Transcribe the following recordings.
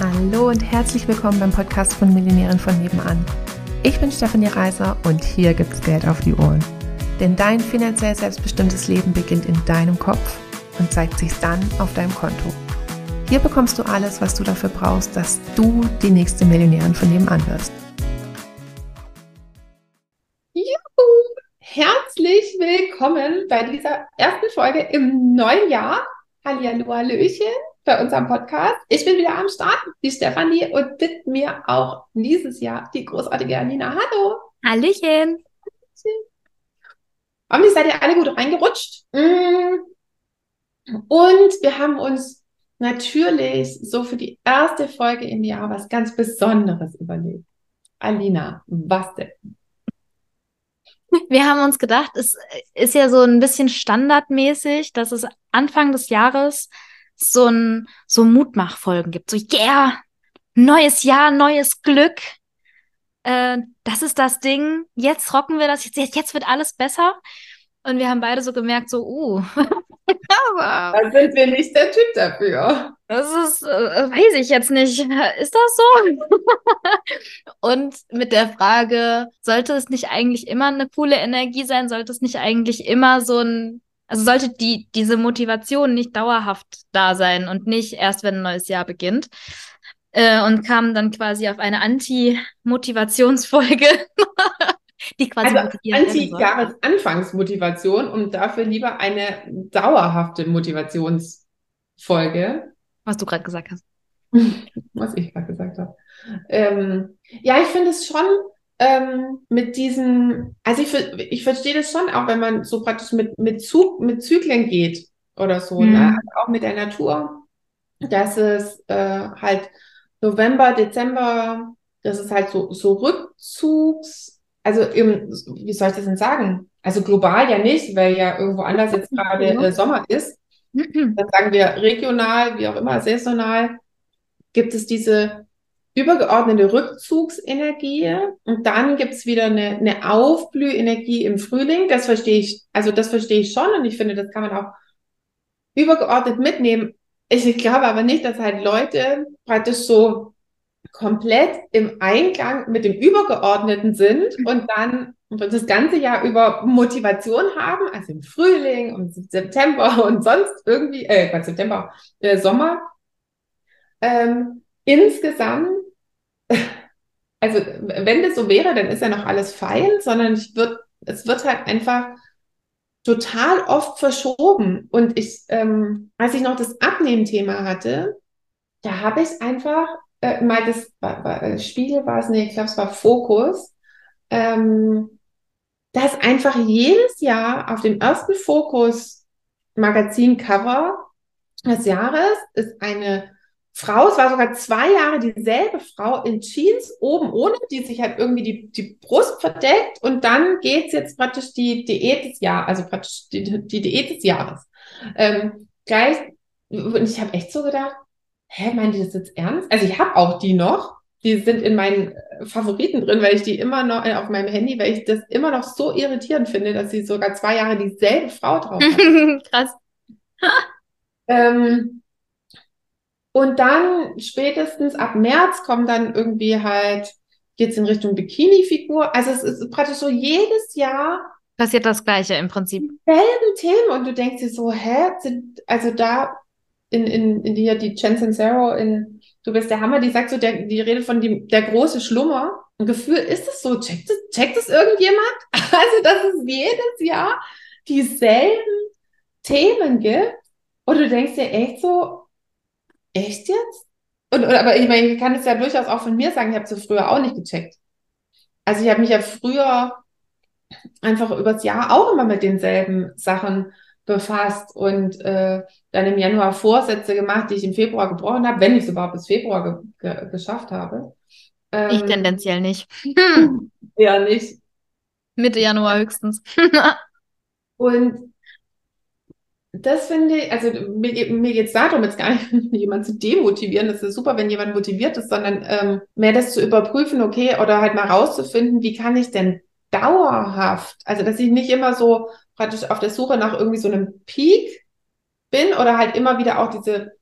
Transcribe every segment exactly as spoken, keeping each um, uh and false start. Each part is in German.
Hallo und herzlich willkommen beim Podcast von Millionären von nebenan. Ich bin Stefanie Reiser und hier gibt's Geld auf die Ohren. Denn dein finanziell selbstbestimmtes Leben beginnt in deinem Kopf und zeigt sich dann auf deinem Konto. Hier bekommst du alles, was du dafür brauchst, dass du die nächste Millionärin von nebenan wirst. Juhu! Herzlich willkommen bei dieser ersten Folge im neuen Jahr. Hallihallo, Hallöchen bei unserem Podcast. Ich bin wieder am Start, die Stefanie, und mit mir auch dieses Jahr die großartige Alina. Hallo! Hallöchen! Hoffentlich seid ihr alle gut reingerutscht. Und wir haben uns natürlich so für die erste Folge im Jahr was ganz Besonderes überlegt. Alina, was denn? Wir haben uns gedacht, es ist ja so ein bisschen standardmäßig, dass es Anfang des Jahres so ein so Mutmachfolgen gibt. So, yeah, neues Jahr, neues Glück. Äh, das ist das Ding. Jetzt rocken wir das. Jetzt, jetzt wird alles besser. Und wir haben beide so gemerkt, so, uh, aber da sind wir nicht der Typ dafür. Das ist, äh, weiß ich jetzt nicht. Ist das so? Und mit der Frage, sollte es nicht eigentlich immer eine coole Energie sein? Sollte es nicht eigentlich immer so ein, also sollte die, diese Motivation nicht dauerhaft da sein und nicht erst, wenn ein neues Jahr beginnt? Äh, und kamen dann quasi auf eine Anti-Motivationsfolge. Die quasi also Anti-Jahresanfangsmotivation und dafür lieber eine dauerhafte Motivationsfolge. Was du gerade gesagt hast. Was ich gerade gesagt habe. Ähm, ja, ich finde es schon ähm, mit diesen, also ich, ich verstehe das schon auch, wenn man so praktisch mit, mit, Zug, mit Zyklen geht oder so, mhm. ne? Also auch mit der Natur, dass es äh, halt November, Dezember, das ist halt so, so Rückzugs, also im, wie soll ich das denn sagen? Also global ja nicht, weil ja irgendwo anders jetzt gerade äh, Sommer ist. Dann sagen wir regional, wie auch immer, saisonal, gibt es diese übergeordnete Rückzugsenergie und dann gibt es wieder eine, eine Aufblühenergie im Frühling. Das verstehe ich, also das verstehe ich schon und ich finde, das kann man auch übergeordnet mitnehmen. Ich glaube aber nicht, dass halt Leute praktisch so komplett im Einklang mit dem Übergeordneten sind und dann das ganze Jahr über Motivation haben, also im Frühling und September und sonst irgendwie, äh, Quatsch, September, äh, Sommer. Ähm, insgesamt, also wenn das so wäre, dann ist ja noch alles fein, sondern ich würd, es wird halt einfach total oft verschoben. Und ich, ähm, als ich noch das Abnehmen-Thema hatte, da habe ich einfach äh, mal das war, war, Spiegel war es, nee, ich glaube, es war Fokus, ähm, dass einfach jedes Jahr auf dem ersten Fokus-Magazin-Cover des Jahres ist eine Frau, es war sogar zwei Jahre dieselbe Frau in Jeans oben ohne, die sich halt irgendwie die, die Brust verdeckt und dann geht's jetzt praktisch die Diät des Jahres, also praktisch die, die Diät des Jahres. Ähm, gleich, und ich habe echt so gedacht, hä, meinen die das jetzt ernst? Also ich habe auch die noch, die sind in meinen Favoriten drin, weil ich die immer noch, äh, auf meinem Handy, weil ich das immer noch so irritierend finde, dass sie sogar zwei Jahre dieselbe Frau drauf hat. Krass. ähm, Und dann spätestens ab März kommt dann irgendwie halt, geht's in Richtung Bikini-Figur. Also es ist praktisch so jedes Jahr passiert das Gleiche im Prinzip. Dieselben Themen und du denkst dir so, hä, sind, also da in, in, in die, die Jen Sincero in Du bist der Hammer, die sagt so, der, die redet von dem, der große Schlummer. Ein Gefühl, ist es so? Checkt es, checkt es irgendjemand? Also, dass es jedes Jahr dieselben Themen gibt und du denkst dir echt so, echt jetzt? Und, und, aber ich meine, ich kann es ja durchaus auch von mir sagen, ich habe es früher auch nicht gecheckt. Also ich habe mich ja früher einfach übers Jahr auch immer mit denselben Sachen befasst und äh, dann im Januar Vorsätze gemacht, die ich im Februar gebrochen habe, wenn ich es überhaupt bis Februar ge ge geschafft habe. Ähm, ich tendenziell nicht. Ja, nicht. Mitte Januar höchstens. Und das finde ich, also mir, mir geht es darum, jetzt gar nicht jemanden zu demotivieren, das ist super, wenn jemand motiviert ist, sondern ähm, mehr das zu überprüfen, okay, oder halt mal rauszufinden, wie kann ich denn dauerhaft, also dass ich nicht immer so praktisch auf der Suche nach irgendwie so einem Peak bin oder halt immer wieder auch diese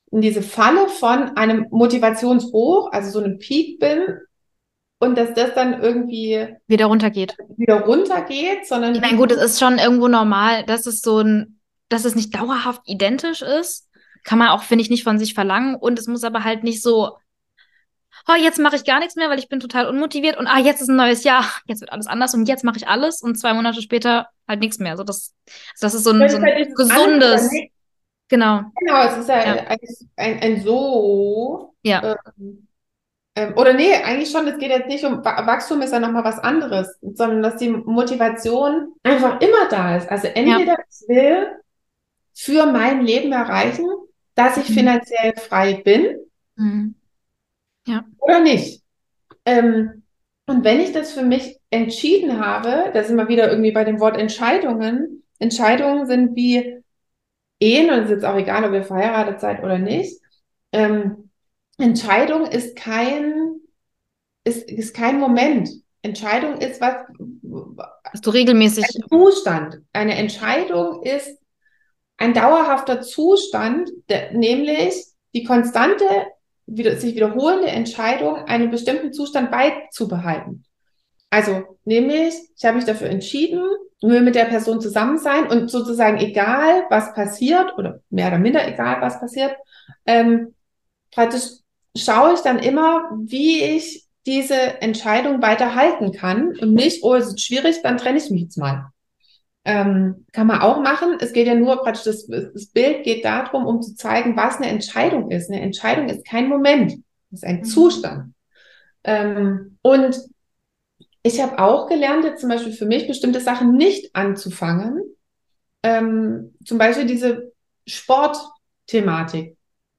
in diese Falle von einem Motivationshoch, also so einem Peak bin und dass das dann irgendwie Wieder runtergeht. wieder runtergeht, sondern Ich meine, gut, es ist schon irgendwo normal, dass es so ein, dass es nicht dauerhaft identisch ist. Kann man auch, finde ich, nicht von sich verlangen. Und es muss aber halt nicht so, oh, jetzt mache ich gar nichts mehr, weil ich bin total unmotiviert und ah, jetzt ist ein neues Jahr, jetzt wird alles anders und jetzt mache ich alles und zwei Monate später halt nichts mehr. So, das, das ist so ein, so ein gleichzeitig ist alles oder gesundes, nichts. genau, Genau, es ist ja, ja, eigentlich ein, ein so, ja, ähm, ähm, oder nee, eigentlich schon, es geht jetzt nicht um Wa- Wachstum, ist ja nochmal was anderes, sondern dass die Motivation einfach immer da ist. Also ja. entweder ich will für mein Leben erreichen, dass ich Mhm. finanziell frei bin Mhm. Ja. oder nicht. Ähm, und wenn ich das für mich entschieden habe, da sind wir wieder irgendwie bei dem Wort Entscheidungen. Entscheidungen sind wie Ehen, und es ist jetzt auch egal, ob ihr verheiratet seid oder nicht. Ähm, Entscheidung ist kein, ist, ist kein Moment. Entscheidung ist was, Dass du regelmäßig, ein Zustand. Eine Entscheidung ist ein dauerhafter Zustand, der, nämlich die konstante, wieder, sich wiederholende Entscheidung, einen bestimmten Zustand beizubehalten. Also, nämlich, ich habe mich dafür entschieden, will mit der Person zusammen sein und sozusagen egal, was passiert, oder mehr oder minder egal, was passiert, ähm, praktisch schaue ich dann immer, wie ich diese Entscheidung weiter halten kann und nicht, oh, es ist schwierig, dann trenne ich mich jetzt mal. Ähm, kann man auch machen. Es geht ja nur praktisch, das, das Bild geht darum, um zu zeigen, was eine Entscheidung ist. Eine Entscheidung ist kein Moment, es ist ein Mhm. Zustand. Ähm, und ich habe auch gelernt, jetzt zum Beispiel für mich bestimmte Sachen nicht anzufangen. Ähm, zum Beispiel diese Sportthematik.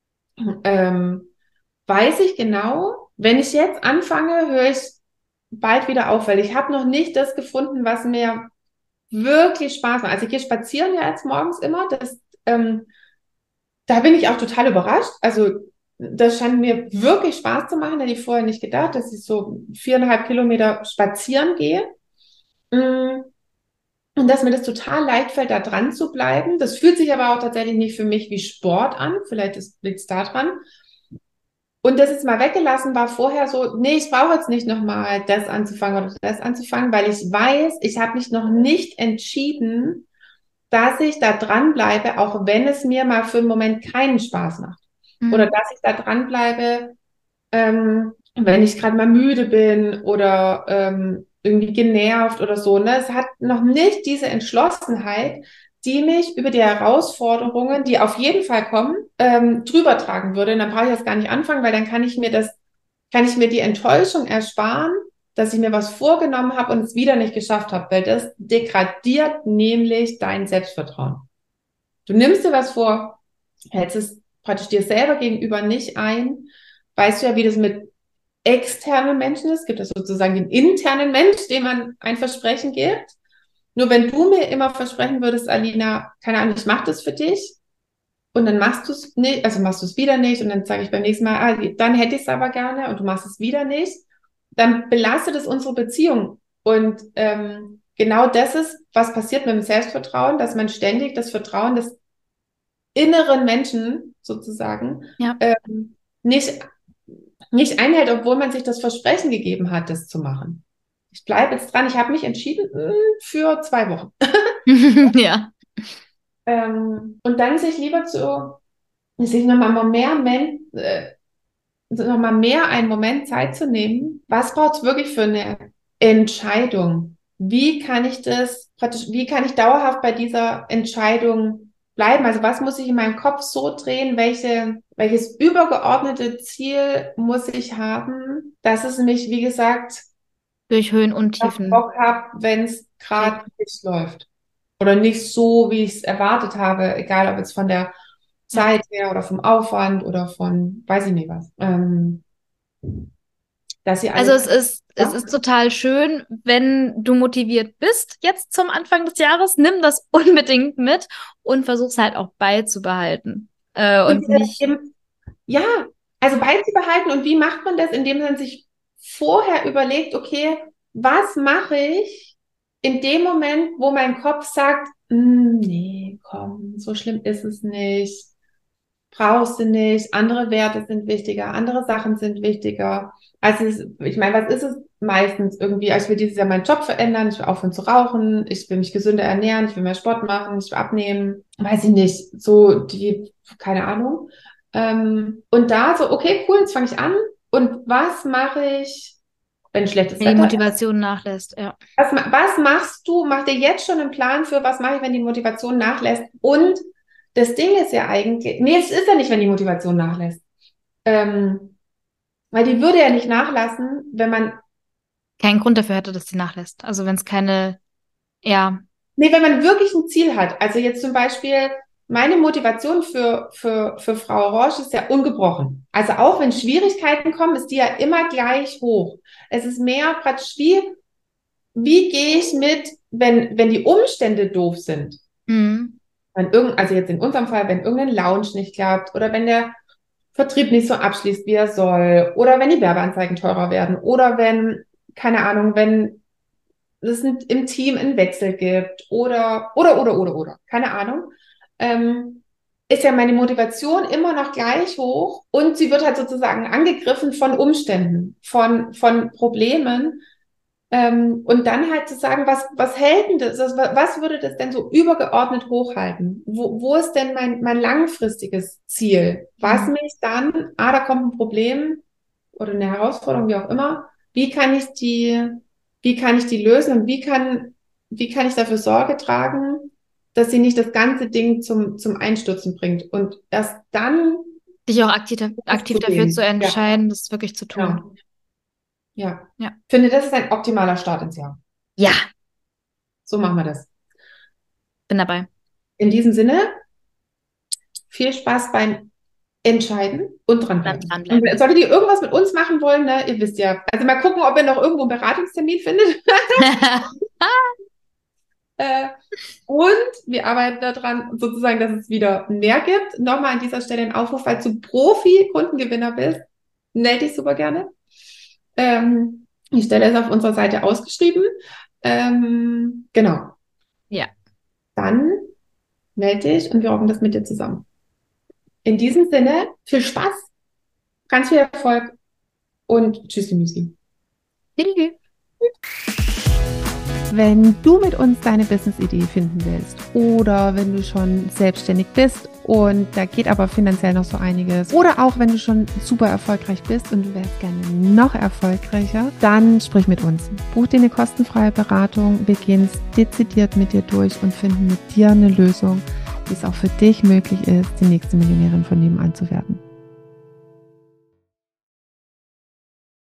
Ähm, weiß ich genau, wenn ich jetzt anfange, höre ich bald wieder auf, weil ich habe noch nicht das gefunden, was mir wirklich Spaß macht. Also ich gehe spazieren ja jetzt morgens immer. Das, ähm, da bin ich auch total überrascht. Also das scheint mir wirklich Spaß zu machen. Hätte ich vorher nicht gedacht, dass ich so viereinhalb Kilometer spazieren gehe. Mm, Und dass mir das total leicht fällt, da dran zu bleiben. Das fühlt sich aber auch tatsächlich nicht für mich wie Sport an. Vielleicht liegt es daran. Und das jetzt mal weggelassen war vorher so, nee, ich brauche jetzt nicht nochmal das anzufangen oder das anzufangen, weil ich weiß, ich habe mich noch nicht entschieden, dass ich da dranbleibe, auch wenn es mir mal für einen Moment keinen Spaß macht. Oder Mhm. dass ich da dranbleibe, ähm, wenn ich gerade mal müde bin oder ähm, irgendwie genervt oder so. Ne? Es hat noch nicht diese Entschlossenheit, die mich über die Herausforderungen, die auf jeden Fall kommen, ähm, drüber tragen würde. Und dann brauche ich das gar nicht anfangen, weil dann kann ich mir das, kann ich mir die Enttäuschung ersparen, dass ich mir was vorgenommen habe und es wieder nicht geschafft habe, weil das degradiert nämlich dein Selbstvertrauen. Du nimmst dir was vor, hältst es praktisch dir selber gegenüber nicht ein, weißt du ja, wie das mit externen Menschen ist. Es gibt es sozusagen den internen Mensch, dem man ein Versprechen gibt. Nur wenn du mir immer versprechen würdest, Alina, keine Ahnung, ich mache das für dich und dann machst du es nicht, also machst du es wieder nicht und dann sage ich beim nächsten Mal, ah, dann hätte ich es aber gerne und du machst es wieder nicht, dann belastet es unsere Beziehung. Und ähm, genau das ist, was passiert mit dem Selbstvertrauen, dass man ständig das Vertrauen des inneren Menschen sozusagen Ja. ähm, nicht, nicht einhält, obwohl man sich das Versprechen gegeben hat, das zu machen. Ich bleibe jetzt dran. Ich habe mich entschieden mh, für zwei Wochen. Ja. Ähm, und dann sich lieber zu, sich nochmal mehr, Men äh, noch mal mehr einen Moment Zeit zu nehmen. Was braucht es wirklich für eine Entscheidung? Wie kann ich das praktisch, wie kann ich dauerhaft bei dieser Entscheidung bleiben? Also was muss ich in meinem Kopf so drehen? Welche, welches übergeordnete Ziel muss ich haben, dass es mich, wie gesagt, Durch Höhen und auf Tiefen Bock habe, wenn es gerade trägt. nicht läuft? Oder nicht so, wie ich es erwartet habe, egal ob jetzt von der Ja. Zeit her oder vom Aufwand oder von, weiß ich nicht was. Ähm, dass sie Also alles, es ist, es ja, ist total schön, wenn du motiviert bist, jetzt zum Anfang des Jahres, nimm das unbedingt mit und versuch es halt auch beizubehalten. Äh, und und dir das nicht, eben, ja, also beizubehalten. Und wie macht man das? Indem man sich vorher überlegt, okay, was mache ich in dem Moment, wo mein Kopf sagt, "Mm, nee, komm, so schlimm ist es nicht. brauchst du nicht, andere Werte sind wichtiger, andere Sachen sind wichtiger. Also es, ich meine, was ist es meistens irgendwie? Also ich will dieses Jahr meinen Job verändern, ich will aufhören zu rauchen, ich will mich gesünder ernähren, ich will mehr Sport machen, ich will abnehmen, weiß ich nicht, so die, keine Ahnung. Ähm, und da so, okay, cool, jetzt fange ich an. Und was mache ich, wenn schlechtes Wenn die Wetter Motivation nachlässt, ja. Was, was machst du? Mach dir jetzt schon einen Plan für, was mache ich, wenn die Motivation nachlässt? Und das Ding ist ja eigentlich, nee, es ist ja nicht, wenn die Motivation nachlässt. Ähm, weil die würde ja nicht nachlassen, wenn man, Keinen Grund dafür hätte, dass sie nachlässt. Also wenn es keine, ja, nee, wenn man wirklich ein Ziel hat. Also jetzt zum Beispiel, meine Motivation für, für, für Frau Roche ist ja ungebrochen. Also auch wenn Schwierigkeiten kommen, ist die ja immer gleich hoch. Es ist mehr praktisch wie, wie gehe ich mit, wenn, wenn die Umstände doof sind? mhm. Wenn irgend, also jetzt in unserem Fall, wenn irgendein Lounge nicht klappt oder wenn der Vertrieb nicht so abschließt, wie er soll, oder wenn die Werbeanzeigen teurer werden, oder wenn, keine Ahnung, wenn es im Team einen Wechsel gibt, oder, oder, oder, oder, oder, keine Ahnung, ähm, ist ja meine Motivation immer noch gleich hoch und sie wird halt sozusagen angegriffen von Umständen, von, von Problemen. Ähm, und dann halt zu sagen, was, was hält denn das, was, was würde das denn so übergeordnet hochhalten? Wo, wo ist denn mein, mein langfristiges Ziel? Was Mhm. mich dann, ah, da kommt ein Problem oder eine Herausforderung, wie auch immer, wie kann ich die, wie kann ich die lösen und wie kann, wie kann ich dafür Sorge tragen, dass sie nicht das ganze Ding zum, zum Einstürzen bringt und erst dann Dich auch aktiv, aktiv zu dafür gehen. zu Ja, entscheiden, das wirklich zu tun. genau. Ja. Ja. Ich finde, das ist ein optimaler Start ins Jahr. Ja, So machen wir das. bin dabei. In diesem Sinne, viel Spaß beim Entscheiden und Dann dranbleiben. dranbleiben. Und solltet ihr irgendwas mit uns machen wollen, ne, ihr wisst ja, also mal gucken, ob ihr noch irgendwo einen Beratungstermin findet. äh, und wir arbeiten daran, sozusagen, dass es wieder mehr gibt. Nochmal an dieser Stelle ein Aufruf, falls du Profi-Kundengewinner bist, melde dich super gerne. Ähm, die Stelle ist auf unserer Seite ausgeschrieben. Ähm, genau. Ja. Dann melde dich und wir rocken das mit dir zusammen. In diesem Sinne, viel Spaß, ganz viel Erfolg und tschüssi Müsli. Tschüss. Wenn du mit uns deine Business-Idee finden willst oder wenn du schon selbstständig bist und da geht aber finanziell noch so einiges oder auch wenn du schon super erfolgreich bist und du wärst gerne noch erfolgreicher, dann sprich mit uns. Buch dir eine kostenfreie Beratung, wir gehen es dezidiert mit dir durch und finden mit dir eine Lösung, wie es auch für dich möglich ist, die nächste Millionärin von nebenan zu werden.